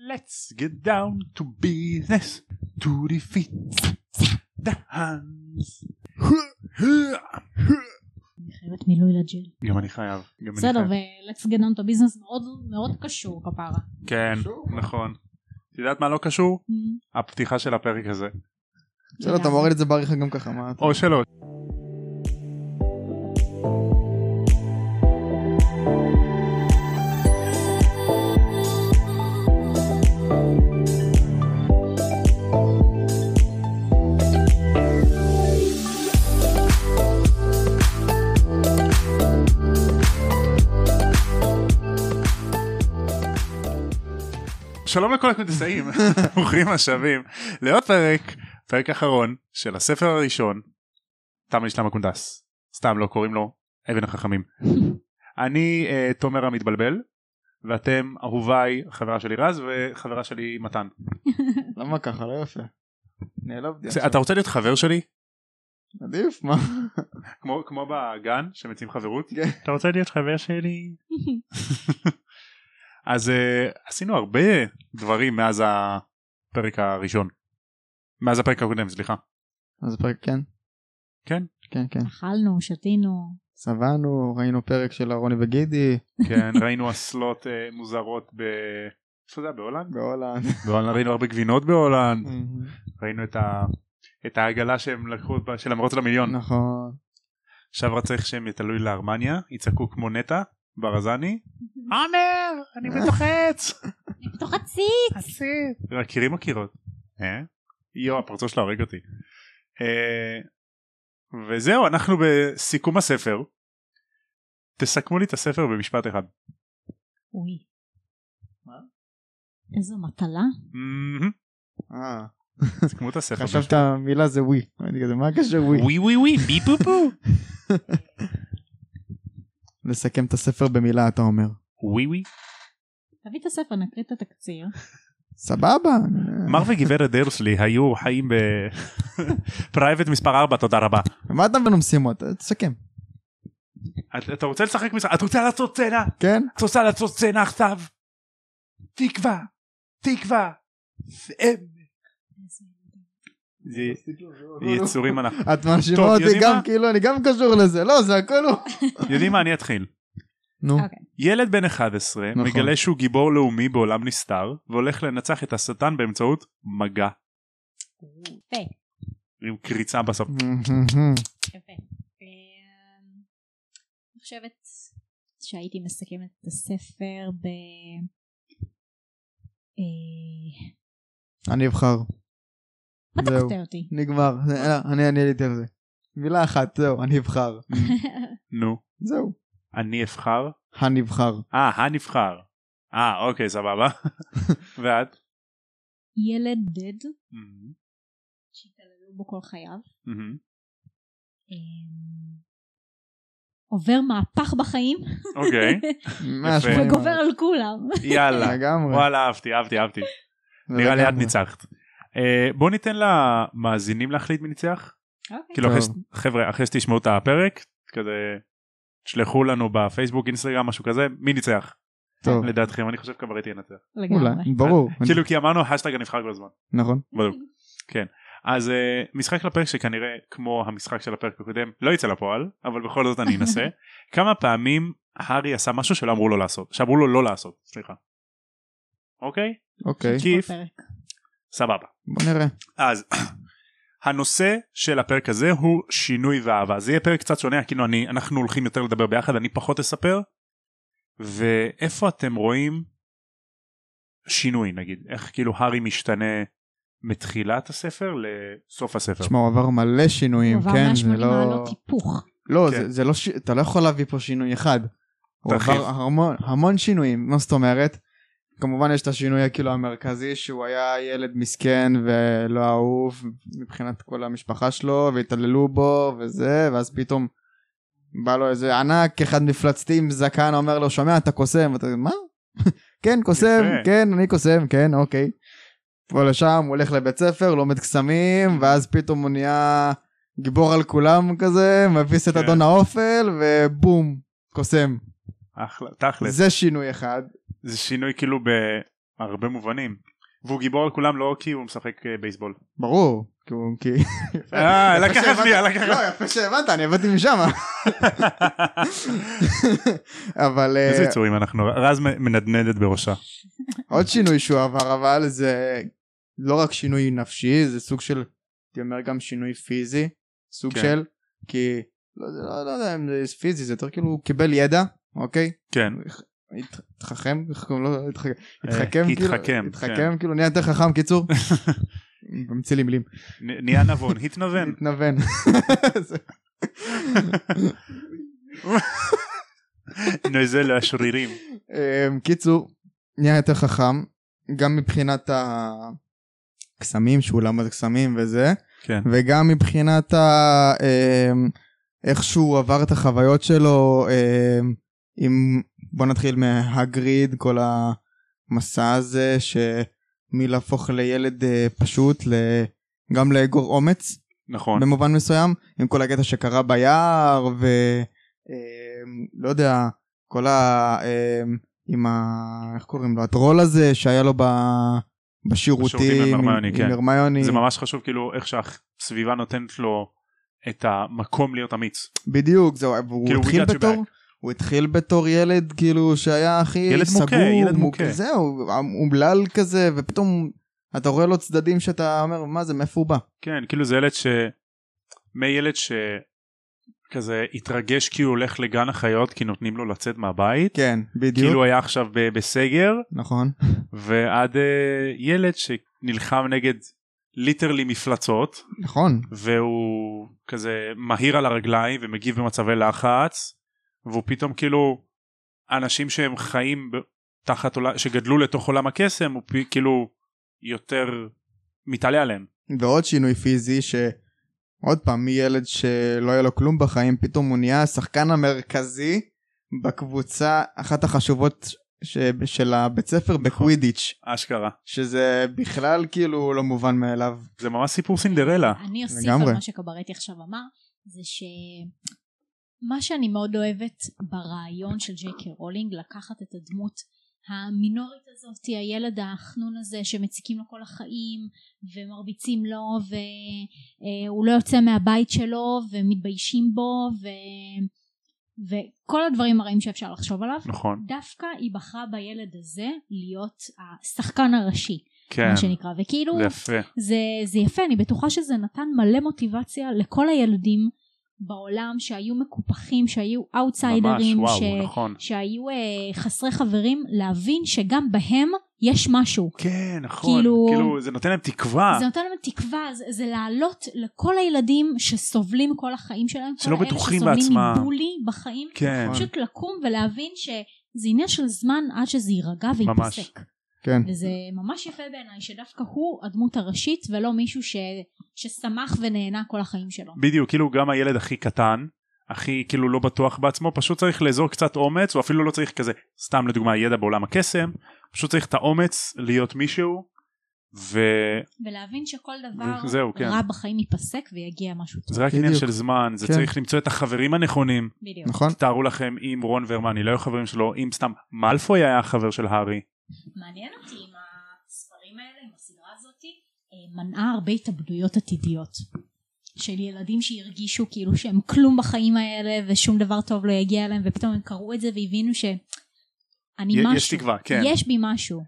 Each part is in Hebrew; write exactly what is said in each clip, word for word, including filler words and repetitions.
let's get down to business, to defeat the hands. אני חייבת מילוי לג'ל. גם אני חייב. בסדר, ו-let's get down to business מאוד קשור כפרה. כן, נכון. את יודעת מה לא קשור? הפתיחה של הפרק הזה. בסדר, אתה מוריד את זה בעריכה גם ככה. או שלא. שלום לכל הכנדסאים, ברוכים השבים לעוד פרק, פרק אחרון של הספר הראשון, תם נשלם הקונדס, סתם לא קוראים לו אבן החכמים. אני uh, תומר המתבלבל, ואתם אהוביי, חברה שלי רז וחברה שלי מתן. למה ככה? לא יפה. נעלבתי. אתה רוצה להיות חבר שלי? עדיף, מה? כמו, כמו בגן שמציעים חברות? אתה רוצה להיות חבר שלי? אז uh, עשינו הרבה דברים מאז הפרק הראשון, מאז הפרק הקודם, סליחה. אז הפרק כן? כן? כן, כן. אכלנו, שתינו. סבנו, ראינו פרק של רוני וגידי. כן, ראינו אסלות uh, מוזרות ב... איפה זה היה? בהולנד? בהולנד. בהולנד ראינו הרבה גבינות בהולנד. ראינו את, ה... את העגלה שהם לקחו של המרוץ למיליון. נכון. עכשיו רצח שהם יתלוי לארמניה, יצעקו כמו נטע. ברזני, עומר, אני בתוך עץ. אני בתוך עציץ. עציץ. מכירים מכירות. אה? יו, הפרצוף שלה הורג אותי. וזהו, אנחנו בסיכום הספר. תסכמו לי את הספר במשפט אחד. אוי. מה? איזו מטלה. אה. תסכמו את הספר. חשבת המילה זה ווי. מה הקשר ווי? ווי ווי ווי, בי פו פו. לסכם את הספר במילה, אתה אומר. ווי ווי. תביא את הספר, נקריא את התקציר. סבבה. מר וגברת דרסלי היו חיים בפרייבט מספר ארבע, תודה רבה. ומה אתה מנומסים? תסכם. אתה רוצה לשחק משחק? אתה רוצה לעשות סצנה? כן. אתה רוצה לעשות סצנה עכשיו? תקווה, תקווה. זה יצורים אנחנו. את מאשימה אותי גם כאילו אני גם קשור לזה. לא, זה הכל הוא. יודעים מה, אני אתחיל. נו. ילד בן אחת עשרה מגלה שהוא גיבור לאומי בעולם נסתר והולך לנצח את השטן באמצעות מגע. יפה. עם קריצה בסוף. יפה. אני חושבת שהייתי מסכמת את הספר ב... אני אבחר. מה אתה קוטע אותי? נגמר, אני עניתי על זה. מילה אחת, זהו, אני אבחר. נו. זהו. אני אבחר? הנבחר. אה, הנבחר. אה, אוקיי, סבבה. ואת? ילד דד. שהתעללו בו כל חייו. עובר מהפך בחיים. אוקיי. וגובר על כולם. יאללה. וואלה, אהבתי, אהבתי, אהבתי. נראה לי את ניצחת. בוא ניתן למאזינים להחליט מי ניצח. כאילו חבר'ה, אחרי שתשמעו את הפרק, כזה תשלחו לנו בפייסבוק, אינסטגרם, משהו כזה, מי ניצח? לדעתכם, אני חושב קברטי ינצח. אולי, ברור. כאילו כי אמרנו השטג הנבחר כל הזמן. נכון. בדיוק. כן. אז משחק לפרק שכנראה כמו המשחק של הפרק הקודם לא יצא לפועל, אבל בכל זאת אני אנסה. כמה פעמים הארי עשה משהו שלא אמרו לו לעשות, שאמרו לו לא לעשות, סליחה. אוקיי? אוקיי. כיף. סבבה. בוא נראה. אז הנושא של הפרק הזה הוא שינוי ואהבה. זה יהיה פרק קצת שונה, כאילו אני, אנחנו הולכים יותר לדבר ביחד, אני פחות אספר. ואיפה אתם רואים שינוי, נגיד? איך כאילו הארי משתנה מתחילת הספר לסוף הספר? תשמע, הוא עבר מלא שינויים, הוא עבר כן? מאה זה ושמונים לא... מעלות היפוך. לא, כן. זה, זה לא, ש... אתה לא יכול להביא פה שינוי אחד. הוא תרחיב. עבר המון, המון שינויים, מה זאת אומרת? כמובן יש את השינוי כאילו המרכזי שהוא היה ילד מסכן ולא אהוב מבחינת כל המשפחה שלו והתעללו בו וזה, ואז פתאום בא לו איזה ענק אחד מפלצתי עם זקן אומר לו שומע אתה קוסם, ואתה מה? כן קוסם, כן אני קוסם, כן אוקיי. פה לשם הוא הולך לבית ספר לומד קסמים ואז פתאום הוא נהיה גיבור על כולם כזה, מביס את אדון האופל ובום קוסם. אחלה, תכלס. זה שינוי אחד. זה שינוי כאילו ב... הרבה מובנים. והוא גיבור על כולם לא כי הוא משחק בייסבול. ברור. כי... אה, לקחת לי, לקחת. לא, יפה שהבנת, אני הבאתי משם. אבל... איזה יצורים אנחנו, רז מנדנדת בראשה. עוד שינוי שהוא עבר, אבל זה לא רק שינוי נפשי, זה סוג של, אני אומר גם שינוי פיזי, סוג של, כי, לא יודע אם זה פיזי, זה יותר כאילו, הוא קיבל ידע, אוקיי? כן. התחכם, התחכם, התחכם, התחכם, כאילו נהיה יותר חכם, קיצור. במצילים מילים. נהיה נבון, התנוון. התנוון. נוזל השרירים. קיצור, נהיה יותר חכם, גם מבחינת הקסמים, שהוא למד קסמים וזה, וגם מבחינת איך שהוא עבר את החוויות שלו, עם, בוא נתחיל מהגריד, כל המסע הזה, שמלהפוך לילד פשוט, גם לאגור אומץ, נכון. במובן מסוים, עם כל הקטע שקרה ביער, ולא יודע, כל ה... עם ה... איך קוראים לו? הטרול הזה שהיה לו ב... בשירותים, עם הרמיוני, כן. הרמיוני. זה ממש חשוב, כאילו, איך שהסביבה נותנת לו את המקום להיות אמיץ. בדיוק, זהו, והוא כאילו, התחיל בתור... הוא התחיל בתור ילד, כאילו, שהיה הכי ילד סגור. מוכה, ילד מוכה. זהו, אומלל כזה, ופתאום אתה רואה לו צדדים שאתה אומר, מה זה, מאיפה הוא בא? כן, כאילו זה ילד ש... מילד ש... כזה התרגש כי הוא הולך לגן החיות, כי נותנים לו לצאת מהבית. כן, בדיוק. כאילו היה עכשיו ב- בסגר. נכון. ועד uh, ילד שנלחם נגד ליטרלי מפלצות. נכון. והוא כזה מהיר על הרגליים ומגיב במצבי לחץ. והוא פתאום כאילו, אנשים שהם חיים תחת עולם, שגדלו לתוך עולם הקסם, הוא פי, כאילו יותר מתעלה עליהם. ועוד שינוי פיזי ש... עוד פעם, מילד שלא היה לו כלום בחיים, פתאום הוא נהיה השחקן המרכזי בקבוצה, אחת החשובות ש... של הבית ספר בקווידיץ'. אשכרה. שזה בכלל כאילו לא מובן מאליו. זה ממש סיפור סינדרלה. אני אוסיף על מה שקברטי עכשיו אמר, זה ש... מה שאני מאוד אוהבת ברעיון של ג'יי קיי רולינג, לקחת את הדמות המינורית הזאת, הילד האחנון הזה שמציקים לו כל החיים ומרביצים לו והוא לא יוצא מהבית שלו ומתביישים בו ו... וכל הדברים הרעים שאפשר לחשוב עליו. נכון. דווקא היא בחרה בילד הזה להיות השחקן הראשי, כן. מה שנקרא, וכאילו זה יפה. זה, זה יפה, אני בטוחה שזה נתן מלא מוטיבציה לכל הילדים בעולם שהיו מקופחים, שהיו אאוטסיידרים, ממש, וואו, ש... נכון. שהיו uh, חסרי חברים, להבין שגם בהם יש משהו. כן, נכון. כאילו, כאילו זה נותן להם תקווה. זה נותן להם תקווה, זה, זה לעלות לכל הילדים שסובלים כל החיים שלהם, שלא כל בטוחים אלה שסובלים בעצמם. מבולי בחיים, כן. פשוט לקום ולהבין שזה עניין של זמן עד שזה יירגע ויפסק. כן. וזה ממש יפה בעיניי שדווקא הוא הדמות הראשית ולא מישהו ש... ששמח ונהנה כל החיים שלו. בדיוק, כאילו גם הילד הכי קטן, הכי כאילו לא בטוח בעצמו, פשוט צריך לאזור קצת אומץ, או אפילו לא צריך כזה, סתם לדוגמה ידע בעולם הקסם, פשוט צריך את האומץ להיות מישהו, ו... ולהבין שכל דבר וזהו, כן. רע בחיים ייפסק ויגיע משהו טוב. זה רק בדיוק. עניין של זמן, זה כן. צריך למצוא את החברים הנכונים. בדיוק. נכון. תארו לכם אם רון והרמיוני לא היו חברים שלו, אם סתם מאלפוי היה החבר של הארי. מעניין אותי עם הספרים האלה, עם הסדרה הזאת, מנעה הרבה התאבדויות עתידיות של ילדים שהרגישו כאילו שהם כלום בחיים האלה ושום דבר טוב לא יגיע אליהם, ופתאום הם קראו את זה והבינו שאני משהו, יש תקווה, כן. יש בי משהו.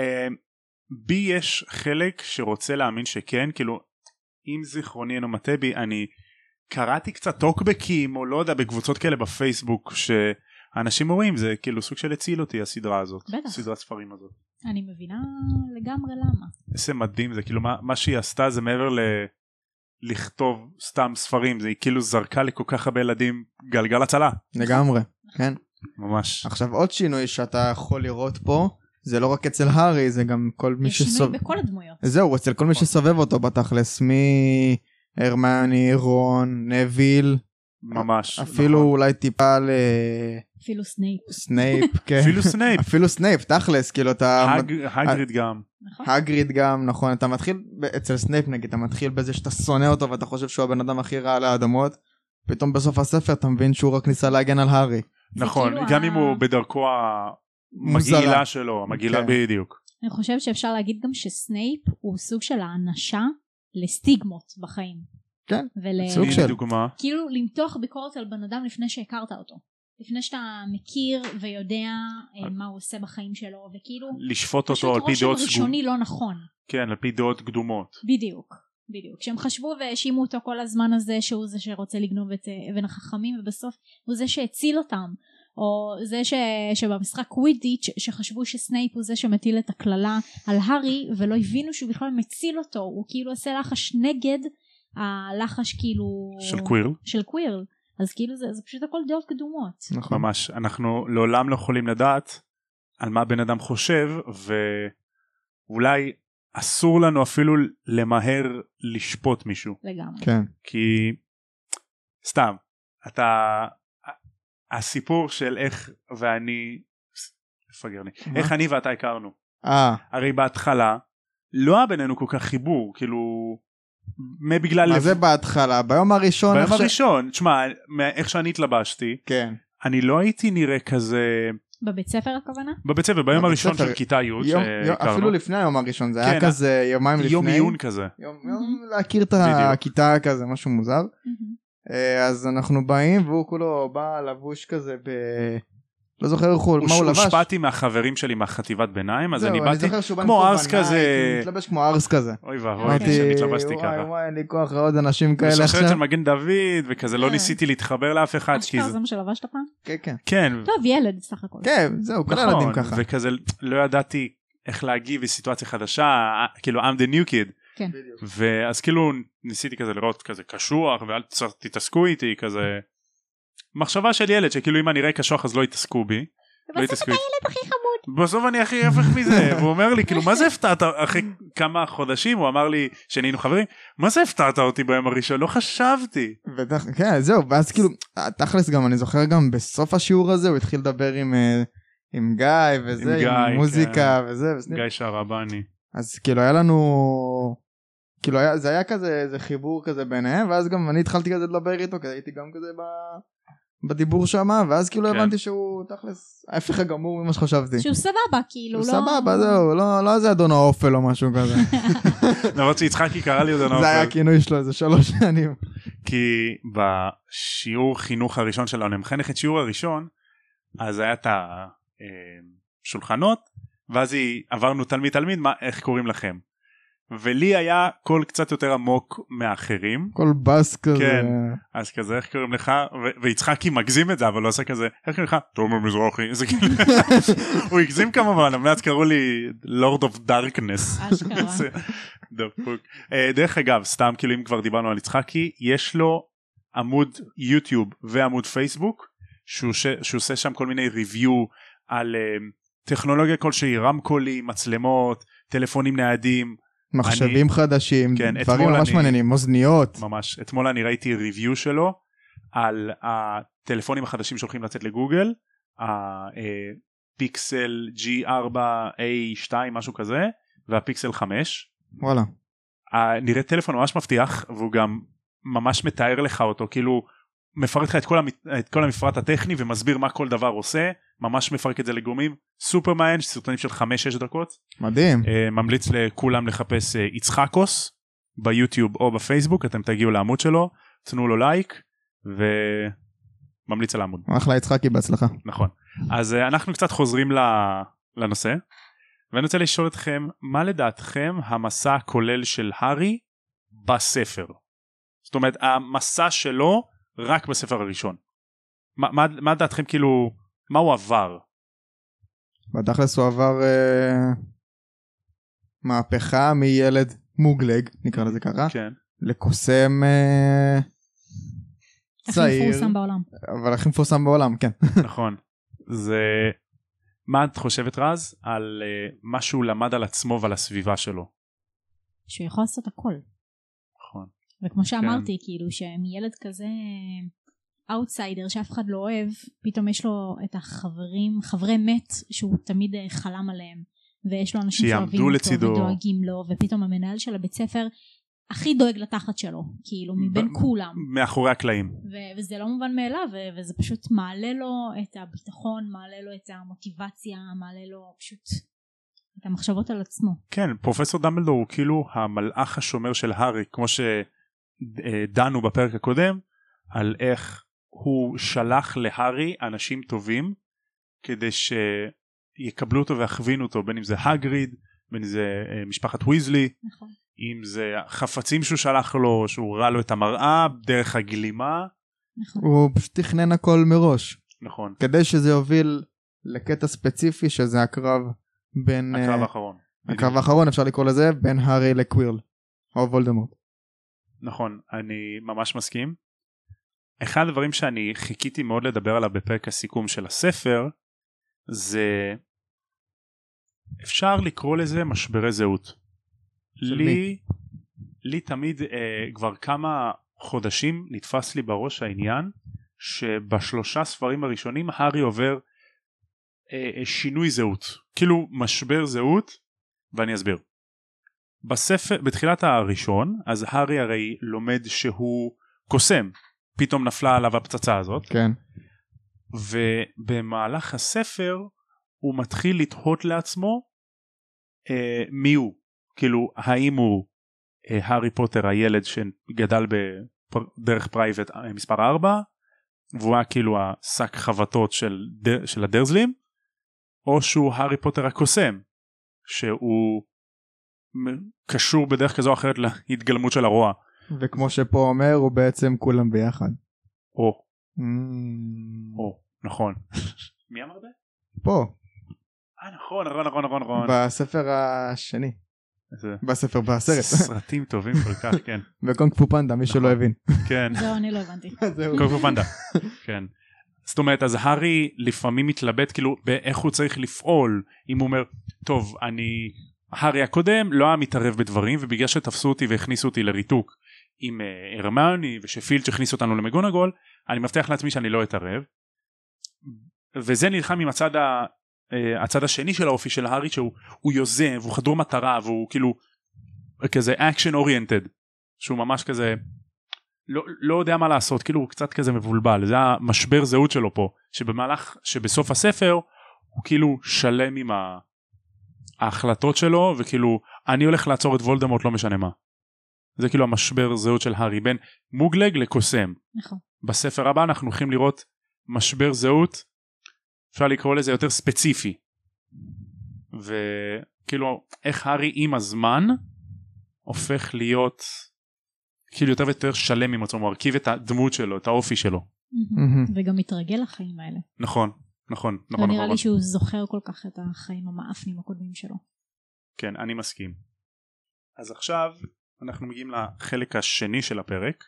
בי יש חלק שרוצה להאמין שכן, כאילו אם זיכרוני אינו מטעה בי, אני קראתי קצת טוקבקים או לא יודע בקבוצות כאלה בפייסבוק שאנשים אומרים זה כאילו סוג של הציל אותי הסדרה הזאת, בטח. סדרת ספרים הזאת. אני מבינה לגמרי למה. איזה מדהים זה, כאילו מה, מה שהיא עשתה זה מעבר ל... לכתוב סתם ספרים, זה היא כאילו זרקה לכל כך הרבה ילדים גלגל הצלה. לגמרי, כן. ממש. עכשיו עוד שינוי שאתה יכול לראות פה, זה לא רק אצל הארי, זה גם כל מי שסובב. יש שסובב... שינוי בכל הדמויות. זהו, אצל כל מי שסובב אותו בתכלס, מהרמיוני, רון, נביל. ממש. אפילו נכון. אולי טיפה ל... אפילו סנייפ. סנייפ, כן. אפילו סנייפ. אפילו סנייפ, תכלס, כאילו אתה... הג... הגריד גם. נכון. הגריד גם, נכון, אתה מתחיל, אצל סנייפ נגיד, אתה מתחיל בזה שאתה שונא אותו ואתה חושב שהוא הבן אדם הכי רע על האדמות, פתאום בסוף הספר אתה מבין שהוא רק ניסה להגן על הארי. נכון, כאילו גם ה... אם הוא בדרכו המגעילה שלו, המגעילה כן. בדיוק. אני חושבת שאפשר להגיד גם שסנייפ הוא סוג של האנשה לסטיגמות בחיים. כן, ול... סוג של. דוגמה. כאילו למתוח ביקורת על בן אדם לפני שהכרת אותו. לפני שאתה מכיר ויודע מה הוא עושה בחיים שלו, וכאילו... לשפוט אותו על פי דעות... פשוט רושם ראשוני לא נכון. כן, על פי דעות קדומות. בדיוק, בדיוק. כשהם חשבו והאשימו אותו כל הזמן הזה, שהוא זה שרוצה לגנוב את אבן החכמים, ובסוף הוא זה שהציל אותם. או זה ש... שבמשחק קווידיץ' שחשבו שסנייפ הוא זה שמטיל את הכללה על הארי, ולא הבינו שהוא בכלל מציל אותו. הוא כאילו עושה לחש נגד הלחש כאילו... של קווירל. של קווירל. אז כאילו זה, זה פשוט הכל דעות קדומות. נכון. ממש, אנחנו לעולם לא יכולים לדעת על מה בן אדם חושב, ואולי אסור לנו אפילו למהר לשפוט מישהו. לגמרי. כן. כי סתם, אתה, הסיפור של איך ואני, פגרני, איך אני ואתה הכרנו. אה. הרי בהתחלה לא היה בינינו כל כך חיבור, כאילו... בגלל מה זה בהתחלה? ביום הראשון? ביום הראשון, תשמע, איך שאני התלבשתי, כן. אני לא הייתי נראה כזה... בבית ספר הכוונה? בבית ספר, ביום הראשון של כיתה י' שהכרנו. אפילו לפני היום הראשון, זה היה כזה יומיים לפני. יום עיון כזה. יום להכיר את הכיתה כזה, משהו מוזר. אז אנחנו באים, והוא כולו בא לבוש כזה ב... לא זוכר מה הוא לבש. הושפעתי מהחברים שלי מהחטיבת ביניים, אז אני באתי כמו ארס כזה. הוא מתלבש כמו ארס כזה. אוי ואבוי, שהתלבשתי ככה. וואי וואי, אין לי כוח לעוד אנשים כאלה עכשיו. בשושלת של מגן דוד, וכזה לא ניסיתי להתחבר לאף אחד. אשכרה זה מה שלבשת פעם? כן, כן. כן. טוב, ילד סך הכל. כן, זהו, כל הילדים ככה. וכזה לא ידעתי איך להגיב בסיטואציה חדשה, כאילו I'm the new kid. כן. ואז כאילו ניסיתי כזה לראות כזה קשוח, ואל תתעסקו איתי, כזה מחשבה של ילד, שכאילו אם אני אראה קשוח אז לא יתעסקו בי. בסוף אתה ילד הכי חמוד. בסוף אני הכי הפך מזה. והוא אומר לי, כאילו, מה זה הפתעת אחרי כמה חודשים? הוא אמר לי שנהיינו חברים, מה זה הפתעת אותי ביום הראשון? לא חשבתי. כן, זהו, ואז כאילו, תכלס גם, אני זוכר גם בסוף השיעור הזה, הוא התחיל לדבר עם גיא וזה, עם מוזיקה וזה. גיא שערבני. אז כאילו היה לנו, כאילו זה היה כזה, איזה חיבור כזה ביניהם, ואז גם אני התחלתי כזה לדבר איתו, כי הייתי גם כזה ב... בדיבור שמה, ואז כאילו כן. הבנתי שהוא תכלס ההפך הגמור ממה שחשבתי. שהוא סבבה, כאילו, הוא לא... סבבה, זהו, לא, לא זה אדון האופל או משהו כזה. למרות שיצחקי קרא לי אדון האופל. זה היה הכינוי שלו, זה שלוש שנים. כי בשיעור חינוך הראשון שלנו, אני מחנך את שיעור הראשון, אז היה את השולחנות, ואז עברנו תלמיד תלמיד, מה, איך קוראים לכם? ולי היה קול קצת יותר עמוק מאחרים. קול בס כזה. כן, אז כזה איך קוראים לך, ויצחקי מגזים את זה, אבל לא עושה כזה, איך קוראים לך? תומר מזרחי. הוא הגזים כמובן, מאז קראו לי Lord of Darkness. אשכרה. דרך אגב, סתם כאילו אם כבר דיברנו על יצחקי, יש לו עמוד יוטיוב ועמוד פייסבוק, שהוא עושה שם כל מיני ריוויו על טכנולוגיה כלשהי, רמקולים, מצלמות, טלפונים ניידים, מחשבים אני, ממש כן, דברים ממש מעניינים, אוזניות. ממש, אתמול אני ראיתי ריוויו שלו על הטלפונים החדשים שהולכים לצאת לגוגל, הפיקסל ג'י ארבע איי שתיים משהו כזה, והפיקסל חמש. וואלה. נראה טלפון ממש מבטיח, והוא גם ממש מתאר לך אותו, כאילו מפרט לך את כל, את כל המפרט הטכני ומסביר מה כל דבר עושה, ממש מפרק את זה לגורמים, סופר מעניין, סרטונים של חמש שש דקות. ממליץ ממליץ לכולם לחפש יצחקוס ביוטיוב או בפייסבוק, אתם תגיעו לעמוד שלו, תנו לו לייק וממליץ על העמוד. אחלה יצחקי, בהצלחה. נכון. אז אנחנו קצת חוזרים לנושא, ואני רוצה לשאול אתכם, מה לדעתכם המסע הכולל של הארי בספר? זאת אומרת, המסע שלו רק בספר הראשון. מה, מה, מה דעתכם כאילו, מה הוא עבר? בתכלס הוא עבר אה, מהפכה מילד מוגלג, נקרא לזה ככה, כן. לקוסם אה, צעיר. הכי מפורסם בעולם. אבל הכי מפורסם בעולם, כן. נכון. זה, מה את חושבת רז על אה, מה שהוא למד על עצמו ועל הסביבה שלו? שהוא יכול לעשות הכל. נכון. וכמו שאמרתי, כאילו שמילד כזה אאוטסיידר שאף אחד לא אוהב, פתאום יש לו את החברים, חברי מת שהוא תמיד חלם עליהם, ויש לו אנשים שאוהבים אותו ודואגים לו, ופתאום המנהל של הבית ספר הכי דואג לתחת שלו, כאילו מבין כולם. מאחורי הקלעים. וזה לא מובן מאליו, וזה פשוט מעלה לו את הביטחון, מעלה לו את המוטיבציה, מעלה לו פשוט את המחשבות על עצמו. כן, פרופסור דמבלדור הוא כאילו המלאך השומר של הארי, כמו שדנו בפרק הקודם, על איך הוא שלח להארי אנשים טובים, כדי שיקבלו אותו ויכווינו אותו, בין אם זה הגריד, בין אם זה משפחת ויזלי, נכון. אם זה חפצים שהוא שלח לו, שהוא ראה לו את המראה, דרך הגלימה. נכון. הוא פשוט תכנן הכל מראש. נכון. כדי שזה יוביל לקטע ספציפי, שזה הקרב בין... הקרב האחרון. הקרב האחרון, אפשר לקרוא לזה, בין הארי לקווירל, או וולדמורט. נכון, אני ממש מסכים. אחד הדברים שאני חיכיתי מאוד לדבר עליו בפרק הסיכום של הספר, זה אפשר לקרוא לזה משברי זהות. לי, לי תמיד אה, כבר כמה חודשים נתפס לי בראש העניין, שבשלושה ספרים הראשונים הארי עובר אה, שינוי זהות, כאילו משבר זהות, ואני אסביר. בספר, בתחילת הראשון, אז הארי הרי לומד שהוא קוסם, פתאום נפלה עליו הפצצה הזאת. כן. ובמהלך הספר הוא מתחיל לתהות לעצמו אה, מי הוא. כאילו האם הוא אה, הארי פוטר הילד שגדל בדרך פרייבט אה, מספר ארבע, והוא היה כאילו השק חבטות של, דר, של הדרזלים, או שהוא הארי פוטר הקוסם, שהוא קשור בדרך כזו או אחרת להתגלמות של הרוע. וכמו שפה אומר, הוא בעצם כולם ביחד. או. Mm. או, נכון. מי אמר זה? פה. אה, נכון, נכון, נכון, נכון, נכון. בספר השני. בספר, בסרט. סרטים טובים כל כך, כן. וקונג פו פנדה, מי שלא הבין. כן. זהו, אני לא הבנתי. קונג פו פנדה. כן. זאת אומרת, אז הארי לפעמים מתלבט כאילו באיך הוא צריך לפעול, אם הוא אומר, טוב, אני... הארי הקודם לא היה מתערב בדברים, ובגלל שתפסו אותי והכניסו אותי לריתוק עם הרמיוני ושפילד שהכניס אותנו למגונגול, אני מבטיח לעצמי שאני לא אתערב. וזה נלחם עם הצד, ה, הצד השני של האופי של הארי, שהוא יוזם והוא חדור מטרה והוא כאילו כזה action oriented, שהוא ממש כזה לא, לא יודע מה לעשות, כאילו הוא קצת כזה מבולבל. זה המשבר זהות שלו פה, שבמהלך, שבסוף הספר הוא כאילו שלם עם ה... ההחלטות שלו, וכאילו אני הולך לעצור את וולדמורט לא משנה מה. זה כאילו המשבר זהות של הארי, בין מוגלג לקוסם. נכון. בספר הבא אנחנו הולכים לראות משבר זהות, אפשר לקרוא לזה יותר ספציפי. וכאילו איך הארי עם הזמן הופך להיות כאילו יותר ויותר שלם עם עצמו, מרכיב את הדמות שלו, את האופי שלו. וגם מתרגל לחיים האלה. נכון. נכון, נכון. לא נראה לי שהוא זוכר כל כך את החיים המאפנים הקודמים שלו. כן, אני מסכים. אז עכשיו אנחנו מגיעים לחלק השני של הפרק,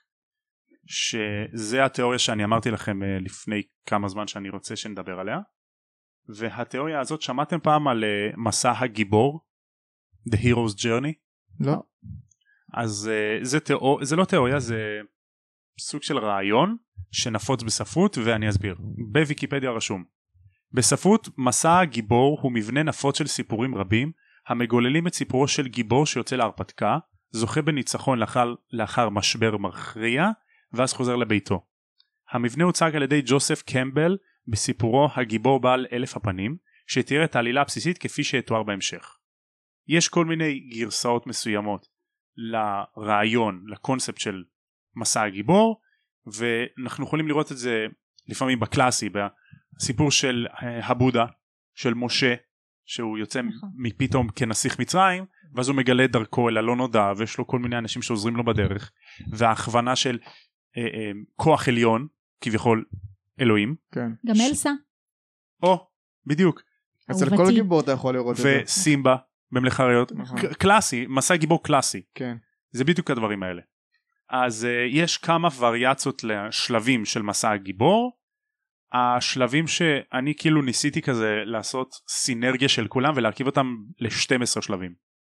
שזה התיאוריה שאני אמרתי לכם לפני כמה זמן שאני רוצה שנדבר עליה, והתיאוריה הזאת, שמעתם פעם על מסע הגיבור? The Hero's Journey? לא. אז זה, תיאור... זה לא תיאוריה, זה סוג של רעיון שנפוץ בספרות, ואני אסביר. בוויקיפדיה רשום. בספרות, מסע הגיבור הוא מבנה נפוץ של סיפורים רבים, המגוללים את סיפורו של גיבור שיוצא להרפתקה, זוכה בניצחון לאחר, לאחר משבר מכריע, ואז חוזר לביתו. המבנה הוצג על ידי ג'וסף קמבל בסיפורו הגיבור בעל אלף הפנים, שתיאר את העלילה הבסיסית כפי שיתואר בהמשך. יש כל מיני גרסאות מסוימות לרעיון, לקונספט של מסע הגיבור, ואנחנו יכולים לראות את זה לפעמים בקלאסי, הסיפור של הבודה, של משה, שהוא יוצא נכון. מפתאום כנסיך מצרים, ואז הוא מגלה את דרכו אל הלא נודע, ויש לו כל מיני אנשים שעוזרים לו בדרך, וההכוונה של אה, אה, כוח עליון, כביכול אלוהים. כן. גם אלסה. או, בדיוק. אצל כל גיבור אתה יכול לראות את זה. וסימבה, במלך האריות. קלאסי, מסע גיבור קלאסי. כן. זה בדיוק הדברים האלה. אז uh, יש כמה וריאציות לשלבים של מסע הגיבור. השלבים שאני כאילו ניסיתי כזה לעשות סינרגיה של כולם ולהרכיב אותם ל-שנים עשר שלבים.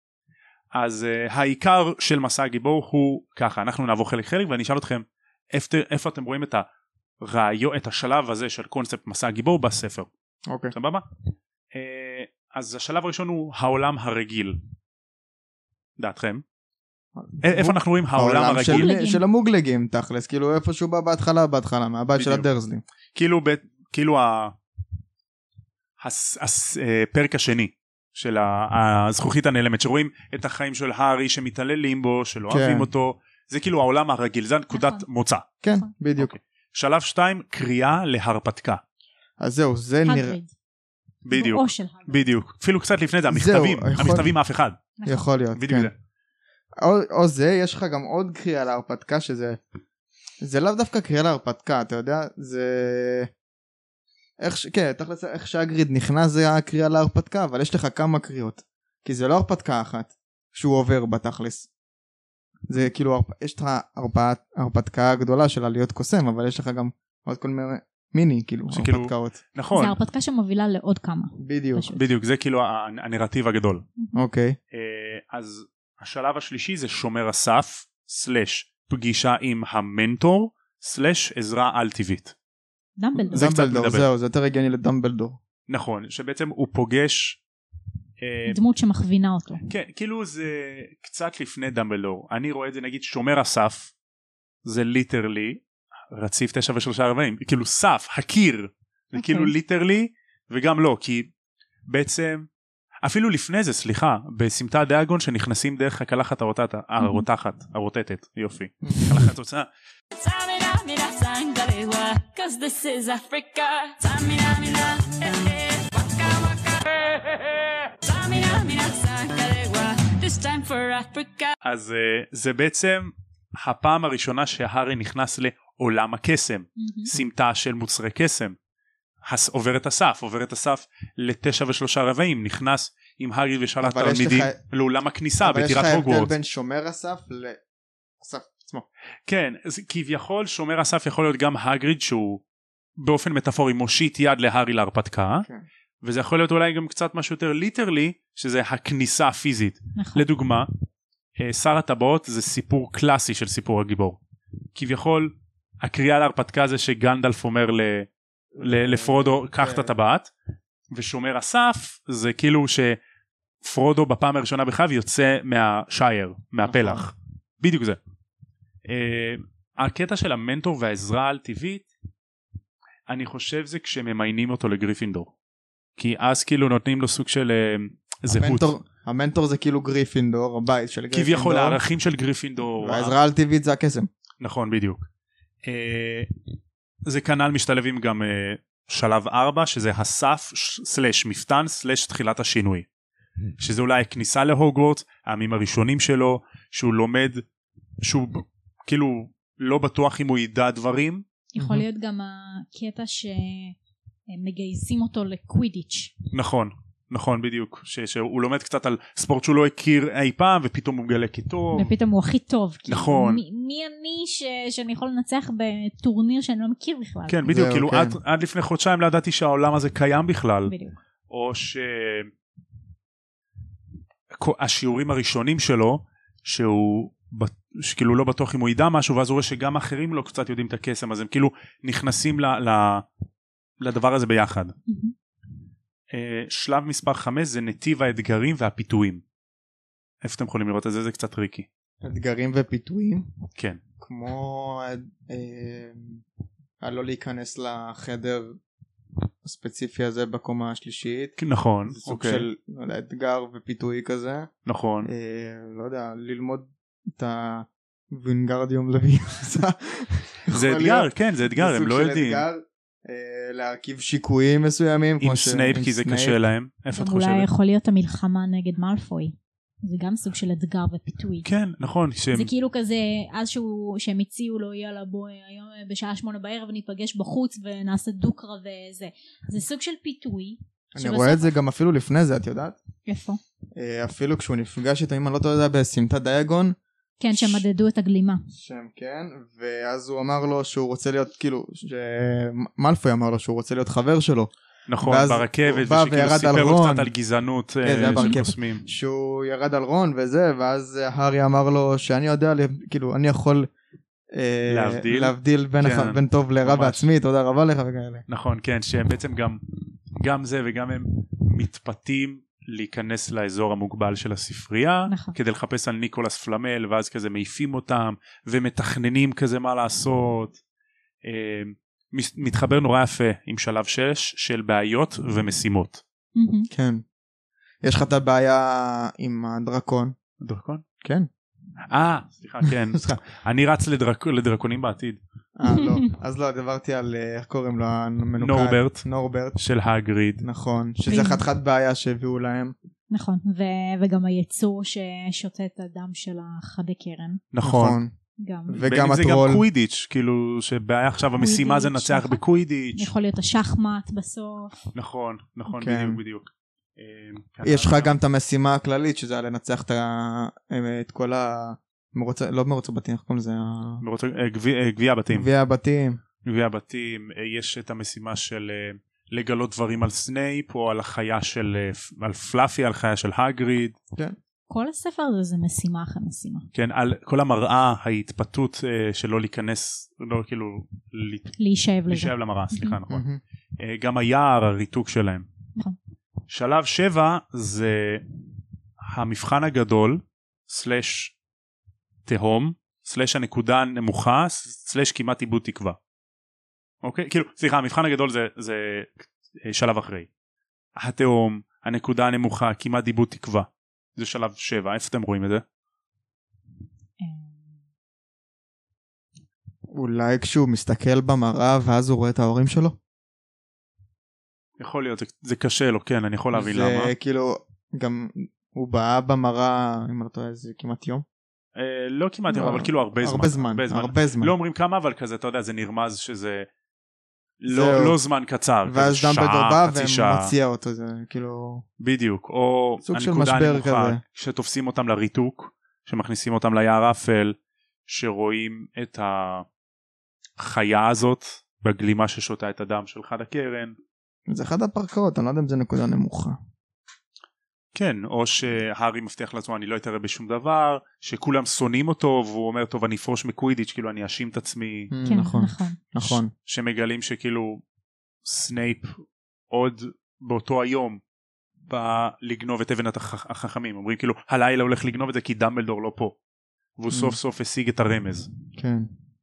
אז uh, העיקר של מסע הגיבור הוא ככה, אנחנו נעבור חלק חלק ואני אשאל אתכם איפה, איפה אתם רואים את הרעיון, את השלב הזה של קונספט מסע הגיבור בספר. אוקיי. סבבה? Uh, אז השלב הראשון הוא העולם הרגיל. דעתכם? איפה אנחנו רואים העולם הרגיל? של, של המוגלגים תכלס, כאילו איפה שהוא בא בהתחלה, בהתחלה, מהבית של הדרזלים. כאילו, ב, כאילו ה, הס, הס, הפרק השני של הזכוכית הנעלמת, שרואים את החיים של הארי שמתעללים בו, שלא כן. אוהבים אותו, זה כאילו העולם הרגיל, זה נקודת נכון. מוצא. כן, נכון. בדיוק. אוקיי. שלב שתיים, קריאה להרפתקה. אז זהו, זה נראה... הגריד. בדיוק, או של הגריד. בדיוק. אפילו קצת לפני זה, זהו, המכתבים, יכול- המכתבים אף אחד. נכון. יכול להיות, בדיוק כן. זה. או, או זה, יש לך גם עוד קריאה להרפתקה שזה... זה לאו דווקא קריאה להרפתקה, אתה יודע? זה... איך ש... כן, תכלס, איך שהגריד נכנס זה הקריאה להרפתקה, אבל יש לך כמה קריאות. כי זה לא הרפתקה אחת שהוא עובר בתכלס. זה כאילו, הרפ... יש לך הרפת... הרפתקה הגדולה של עליות קוסם, אבל יש לך גם עוד כל מיני מיני, כאילו, שכאילו- הרפתקאות. נכון, זה הרפתקה שמובילה לעוד כמה. בדיוק. פשוט. בדיוק, זה כאילו הנרטיב הגדול. אוקיי. אה, אז השלב השלישי זה שומר הסף, סלש פגישה עם המנטור, סלש עזרה על טבעית. דמבלדור. זה קצת דמבלדור, מדבר. זהו, זה יותר הגיוני לדמבלדור. נכון, שבעצם הוא פוגש, אה, דמות שמכווינה אותו. כן, כאילו זה קצת לפני דמבלדור. אני רואה את זה נגיד שומר הסף, זה ליטרלי, רציף תשע ושלושה רבעים, כאילו סף, הקיר, זה אוקיי. כאילו ליטרלי, וגם לא, כי בעצם, אפילו לפני זה, סליחה, בסמטה דאגון שנכנסים דרך הקלחת הרותחת, הרותחת, הרוטטת, יופי, קלחת תוצאה, Tamina, mina, sangalewa, cause this is Africa. Tamina, mina, eh, eh, waka, waka, eh, eh, eh. Tamina, mina, sangalewa, this time for Africa. אז uh, זה בעצם הפעם הראשונה שהארי נכנס לעולם הקסם, סמטה של מוצרי קסם, הס, עובר את הסף, עובר את הסף לתשע ושלושה רבעים, נכנס עם הארי ושאר אבל יש התלמידים לך- לעולם הכניסה אבל יש לך בטירת הבדל הוגוורטס. בין שומר הסף לסף עצמו. כן, אז כביכול שומר הסף יכול להיות גם הגריד שהוא באופן מטאפורי מושיט יד להארי להרפתקה, כן. וזה יכול להיות אולי גם קצת משהו יותר ליטרלי, שזה הכניסה הפיזית. נכון. לדוגמה, אה, שר הטבעות זה סיפור קלאסי של סיפור הגיבור. כביכול, הקריאה להרפתקה זה שגנדלף אומר ל, ל, לפרודו, קח את הטבעת, ושומר הסף זה כאילו שפרודו בפעם הראשונה בחייו יוצא מהשייר, מהפלח. בדיוק זה. אה, הקטע של המנטור והעזרה על טבעית, אני חושב זה כשממיינים אותו לגריפינדור. כי אז כאילו נותנים לו סוג של אה, זהות. המנטור, המנטור זה כאילו גריפינדור, הבית של גריפינדור. כביכול הערכים של גריפינדור. והעזרה על טבעית זה הקסם. נכון, בדיוק. אה, זה כנ"ל משתלבים גם אה, שלב ארבע, שזה הסף סלש מפתן סלש תחילת השינוי. שזה אולי הכניסה להוגוורטס, הימים הראשונים שלו, שהוא לומד, שהוא כאילו לא בטוח אם הוא ידע דברים. יכול להיות גם הקטע שמגייסים אותו לקווידיץ'. נכון, נכון בדיוק. ש- שהוא לומד קצת על ספורט שהוא לא הכיר אי פעם, ופתאום הוא מגלה כטוב. ופתאום הוא הכי טוב. כאילו, נכון. מי, מי אני ש, שאני יכול לנצח בטורניר שאני לא מכיר בכלל. כן, בדיוק, זהו, כאילו כן. עד, עד לפני חודשיים לא ידעתי שהעולם הזה קיים בכלל. בדיוק. או שהשיעורים הראשונים שלו, שהוא שכאילו לא בטוח אם הוא ידע משהו, ואז הוא רואה שגם אחרים לא קצת יודעים את הקסם, אז הם כאילו נכנסים ל, ל, לדבר הזה ביחד. uh, שלב מספר חמש זה נתיב האתגרים והפיתויים. איפה אתם יכולים לראות את זה? זה קצת טריקי. אתגרים ופיתויים. כן. כמו אה, לא להיכנס לחדר הספציפי הזה בקומה השלישית. נכון. זה סוג אוקיי. של לא יודע, אתגר ופיתוי כזה. נכון. אה, לא יודע, ללמוד את הווינגרדיום לוויוסה. זה אתגר, כן, זה אתגר, הם לא יודעים. אתגר, אה, להרכיב שיקויים מסוימים. עם כמו ש- סנייפ, עם כי זה סנייפ. קשה להם. איפה את גם אולי חושבת? יכול להיות המלחמה נגד מאלפוי. זה גם סוג של אתגר ופיתוי. כן, נכון. שהם- זה כאילו כזה, אז שהוא, שהם הציעו לו, יאללה בוא, היום בשעה שמונה בערב ניפגש בחוץ ונעשה דוקרה וזה. זה סוג של פיתוי. אני שבסוף- רואה את זה גם אפילו לפני זה, את יודעת? איפה? אה, אפילו כשהוא נפגש איתו, אם אני לא טועה, זה היה בסמטת דיאגון. כן, שמדדו את הגלימה. שם כן, ואז הוא אמר לו שהוא רוצה להיות, כאילו, מלפוי אמר לו שהוא רוצה להיות חבר שלו. נכון, ואז ברכבת, הוא בא ושכאילו וירד סיפר על לו רון. קצת על גזענות כן, אה, זה היה של ברכבת. קוסמים. שהוא ירד על רון וזה, ואז הארי אמר לו שאני יודע, כאילו, אני יכול אה, להבדיל. להבדיל בין, כן, הח... בין טוב לרע ממש. בעצמי, תודה רבה לך וכאלה. נכון, כן, שבעצם גם, גם זה וגם הם מתפתים להיכנס לאזור המוגבל של הספרייה, נכון. כדי לחפש על ניקולס פלמל, ואז כזה מעיפים אותם, ומתכננים כזה מה לעשות. אה, מתחבר נורא יפה עם שלב שש של בעיות ומשימות. מהמם. כן. יש לך את הבעיה עם הדרקון. דרקון? כן. אה, סליחה, כן. אני רץ לדרק... לדרקונים בעתיד. אה, לא. אז לא, דיברתי על, איך קוראים לו? המנוקד. נורברט. נורברט. של הגריד. נכון, שזה חתיכת בעיה שהביאו להם. נכון, ו- וגם היצור ששותה את הדם של החדי קרן. נכון. גם. וגם זה הטרול. גם קווידיץ', כאילו שבעיה עכשיו המשימה זה נצח נכון. בקווידיץ'. יכול להיות השחמט בסוף. נכון, נכון, כן. בדיוק, בדיוק. יש לך גם את המשימה הכללית שזה לנצח את, ה... את כל ה... מרוץ... לא מרוץ הבתים, איך קוראים לזה? מרוץ... גביע, גביע הבתים. גביע הבתים. גביע הבתים, יש את המשימה של לגלות דברים על סנייפ או על החיה של, על פלאפי, על חיה של הגריד. כן. כל הספר הזה זה משימה אחרי משימה. כן, על כל המראה, ההתפתות שלא להיכנס, לא כאילו להישאב לזה. להישאב למראה, סליחה, נכון. גם היער, הריתוק שלהם. נכון. שלב שבע זה המבחן הגדול, סלש תהום, סלש הנקודה הנמוכה, סלש כמעט איבוד תקווה. אוקיי? כאילו, סליחה, המבחן הגדול זה, זה שלב אחרי. התהום, הנקודה הנמוכה, כמעט איבוד תקווה. זה שלב שבע, איפה אתם רואים את זה? אולי כשהוא מסתכל במראה ואז הוא רואה את ההורים שלו? יכול להיות, זה, זה קשה לו, כן, אני יכול להבין למה. זה כאילו, גם הוא בא במראה, אם אני לא טועה, זה כמעט יום? אה, לא כמעט יום, לא, אבל כאילו הרבה זמן. הרבה זמן, הרבה זמן. הרבה זמן. לא אומרים כמה, אבל כזה, אתה יודע, זה נרמז שזה לא, לא זמן קצר. ואז דמבלדור בא שעה. ומציע אותו, זה כאילו... בדיוק, או סוג של משבר כזה. שתופסים אותם לריתוק, שמכניסים אותם ליער אפל, שרואים את החיה הזאת, בגלימה ששותה את הדם של חד הקרן. זה אחד הפרקעות, אני לא יודע אם זה נקודה נמוכה. כן, או שהארי מבטיח לעצמו אני לא אתערב בשום דבר, שכולם שונאים אותו והוא אומר טוב אני אפרוש מקווידיץ', כאילו אני אשים את עצמי. כן, נכון, נכון. נכון. ש- שמגלים שכאילו סנייפ עוד באותו היום בא לגנוב את אבן התח- החכמים, אומרים כאילו הלילה הולך לגנוב את זה כי דמבלדור לא פה, והוא סוף סוף השיג את הרמז. כן.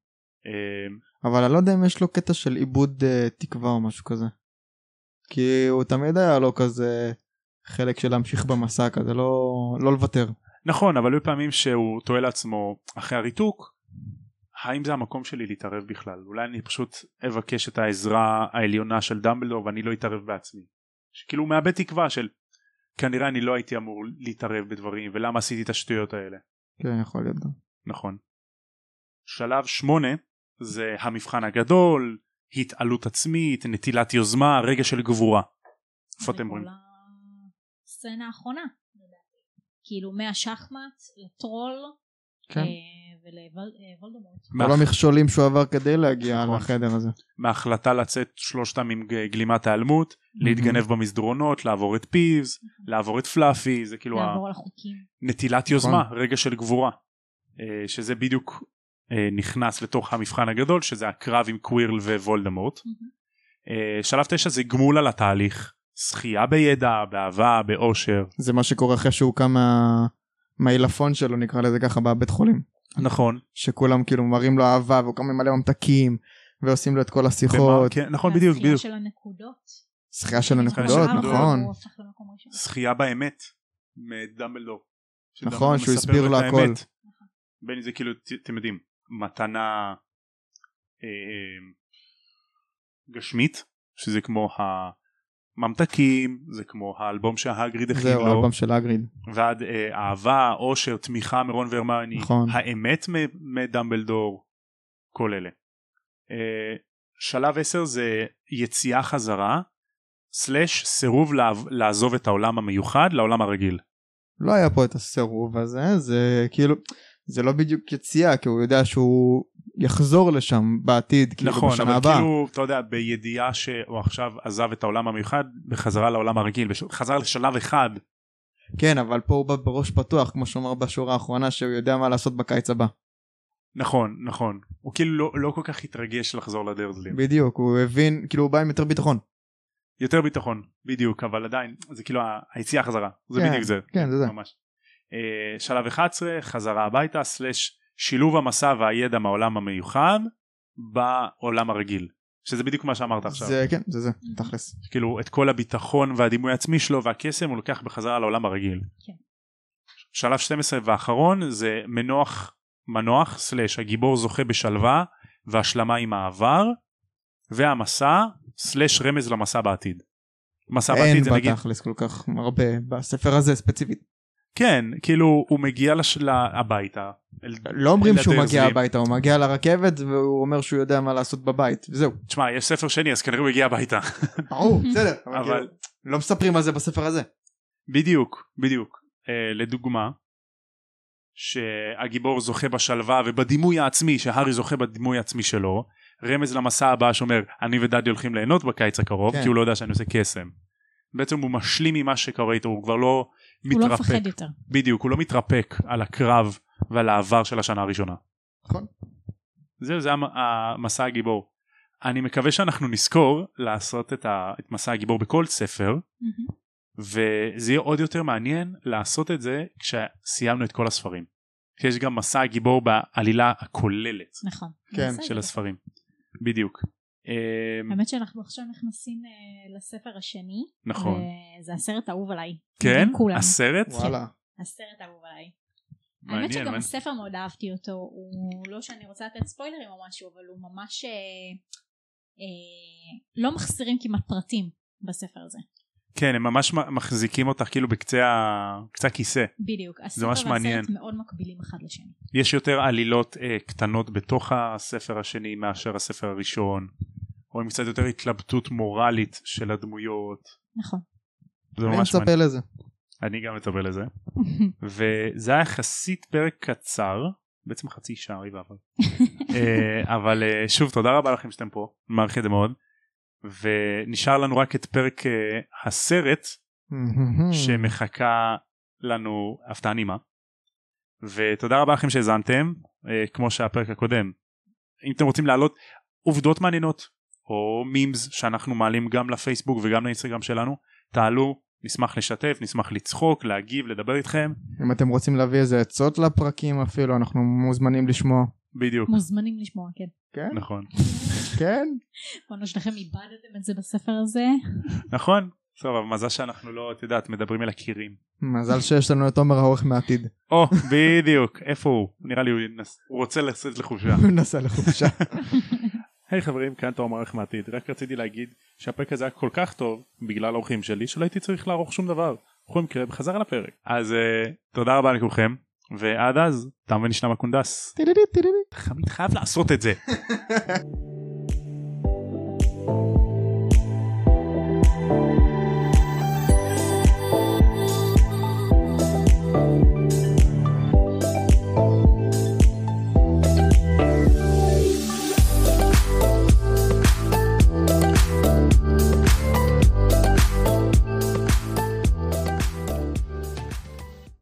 אה, אבל אני לא יודע אם יש לו קטע של עיבוד uh, תקווה או משהו כזה. כי הוא תמיד היה לו כזה חלק של להמשיך במסע כזה, לא, לא לוותר. נכון, אבל בפעמים שהוא טועה לעצמו אחרי הריתוק, האם זה המקום שלי להתערב בכלל? אולי אני פשוט אבקש את העזרה העליונה של דמבלדור ואני לא אתערב בעצמי. שכאילו הוא מאבד תקווה של כנראה אני לא הייתי אמור להתערב בדברים ולמה עשיתי את השטויות האלה. כן, יכול להיות גם. נכון. שלב שמונה זה המבחן הגדול, התעלות עצמית, נטילת יוזמה, רגע של גבורה. איפה אתם רואים? הסצנה האחרונה, כאילו מהשחמט לטרול כן. ולוולדמורט. כל המכשולים שהוא עבר כדי להגיע נכון. לחדר הזה. מההחלטה לצאת שלושתם עם גלימת האלמות, להתגנב במסדרונות, לעבור את פיבס, לעבור את פלאפי, זה כאילו לעבור על החוקים. נטילת יוזמה, רגע של גבורה, שזה בדיוק נכנס לתוך המבחן הגדול, שזה הקרב עם קווירל ווולדמורט. שלב תשע זה גמול על התהליך, זכייה בידע, באהבה, באושר. זה מה שקורה אחרי שהוא קם מה... מהעילפון שלו, נקרא לזה ככה, בבית חולים. נכון. שכולם כאילו מראים לו אהבה, והוא קם ממלא ממתקים, ועושים לו את כל השיחות. כן, נכון, בדיוק, בדיוק. זכייה של הנקודות. זכייה של הנקודות, נכון. זכייה באמת, מדמבלדור. נכון, שהוא הסביר לו הכל. בין זה כאילו, אתם יודעים, מתנה גשמית, שזה כמו הממתקים, זה כמו האלבום שההגריד הכין לו. זהו, האלבום של ההגריד. ועד אהבה, אושר, תמיכה מרון והרמיוני, האמת מדמבלדור, כל אלה. שלב עשר זה יציאה חזרה, סלש סירוב לעזוב את העולם המיוחד לעולם הרגיל. לא היה פה את הסירוב הזה, זה כאילו, זה לא בדיוק יציאה, כי הוא יודע שהוא יחזור לשם בעתיד, כאילו נכון, בשנה אבל הבאה. כאילו, אתה יודע, בידיעה שהוא עכשיו עזב את העולם המיוחד, בחזרה לעולם הרגיל, חזר לשלב אחד. כן, אבל פה הוא בא בראש פתוח, כמו שאומר בשורה האחרונה, שהוא יודע מה לעשות בקיץ הבא. נכון, נכון. הוא כאילו לא, לא כל כך התרגש לחזור לדרזלים. בדיוק, הוא הבין, כאילו הוא בא עם יותר ביטחון. יותר ביטחון, בדיוק, אבל עדיין, זה כאילו היציאה חזרה. זה כן, בדיוק זה. כן, זה זה. ממש. Uh, שלב אחת עשרה, חזרה הביתה, סלש שילוב המסע והידע מהעולם המיוחד בעולם הרגיל. שזה בדיוק מה שאמרת עכשיו. זה כן, זה זה, תכלס. כאילו את כל הביטחון והדימוי העצמי שלו והקסם הוא לוקח בחזרה לעולם הרגיל. כן. שלב שתים עשרה ואחרון זה מנוח מנוח סלש הגיבור זוכה בשלווה והשלמה עם העבר והמסע סלש רמז למסע בעתיד. מסע בעתיד זה נגיד... אין בתכלס כל כך הרבה בספר הזה ספציפית. כן, כאילו הוא מגיע לש... הביתה. אל... לא אומרים שהוא מגיע הדרזלים. הביתה, הוא מגיע לרכבת והוא אומר שהוא יודע מה לעשות בבית, וזהו. תשמע, יש ספר שני אז כנראה הוא הגיע הביתה. ברור, בסדר, אבל אבל- כאילו, לא מספרים על זה בספר הזה. בדיוק, בדיוק. Uh, לדוגמה, שהגיבור זוכה בשלווה ובדימוי העצמי, שהארי זוכה בדימוי העצמי שלו, רמז למסע הבא שאומר, אני ודדי הולכים ליהנות בקיץ הקרוב, כן. כי הוא לא יודע שאני עושה קסם. בעצם הוא משלים ממה שקורה איתו, הוא כבר לא הוא מתרפק. לא מפחד יותר. בדיוק, הוא לא מתרפק על הקרב ועל העבר של השנה הראשונה. נכון. זהו, זה המ- המסע הגיבור. אני מקווה שאנחנו נזכור לעשות את, ה... את מסע הגיבור בכל ספר, מהמם. וזה יהיה עוד יותר מעניין לעשות את זה כשסיימנו את כל הספרים. שיש גם מסע הגיבור בעלילה הכוללת נכון. כן, בסדר. של הספרים. בדיוק. אמ, האמת שאנחנו עכשיו נכנסים אה, לספר השני. נכון. וזה הסרט האהוב עליי. כן? מבין כולם. הסרט? וואלה. הסרט האהוב עליי. מעניין, האמת שגם מעניין. הספר מאוד אהבתי אותו, הוא לא שאני רוצה לתת ספוילרים או משהו, אבל הוא ממש אה, אה, לא מחסירים כמעט פרטים בספר הזה. כן, הם ממש מחזיקים אותך כאילו בקצה ה- קצה הכיסא. בדיוק, הספר ממש מעניין. והסרט מאוד מקבילים אחד לשני. יש יותר עלילות אה, קטנות בתוך הספר השני מאשר הספר הראשון. רואים קצת יותר התלבטות מורלית של הדמויות. נכון. זה אני ממש מצפה מעניין. לזה. אני גם מצפה לזה. וזה היה יחסית פרק קצר, בעצם חצי שעה, אוי ואבוי. אה, אבל אה, שוב תודה רבה לכם שאתם פה, מעריך את זה מאוד. ונשאר לנו רק את פרק אה, הסרט שמחכה לנו הפתעה נעימה. ותודה רבה לכם שהזנתם, אה, כמו שהפרק הקודם. אם אתם רוצים להעלות עובדות מעניינות או מימס שאנחנו מעלים גם לפייסבוק וגם לאינסטגרם שלנו, תעלו, נשמח לשתף, נשמח לצחוק, להגיב, לדבר איתכם. אם אתם רוצים להביא איזה עצות לפרקים אפילו, אנחנו מוזמנים לשמוע. בדיוק, מוזמנים לשמוע, כן. כן? נכון. כן? בנו שלכם איבדתם את זה בספר הזה. נכון, טוב, אבל מזל שאנחנו לא, את יודעת, מדברים אל הקירים. מזל שיש לנו את עומר האורך מהעתיד. או, בדיוק, איפה הוא? נראה לי הוא נס... הוא רוצה לצאת לחופשה. הוא נסע לחופשה. היי חברים, כאן תום ערך מעתיד. רק רציתי להגיד שהפרק הזה היה כל כך טוב בגלל האורחים שלי שלא הייתי צריך לערוך שום דבר. בכל מקרה, בחזרה לפרק. אז uh, תודה רבה לכולכם, ועד אז, תם ונשלם הקונדס. טילילי טילילי. חמיד חייב לעשות את זה.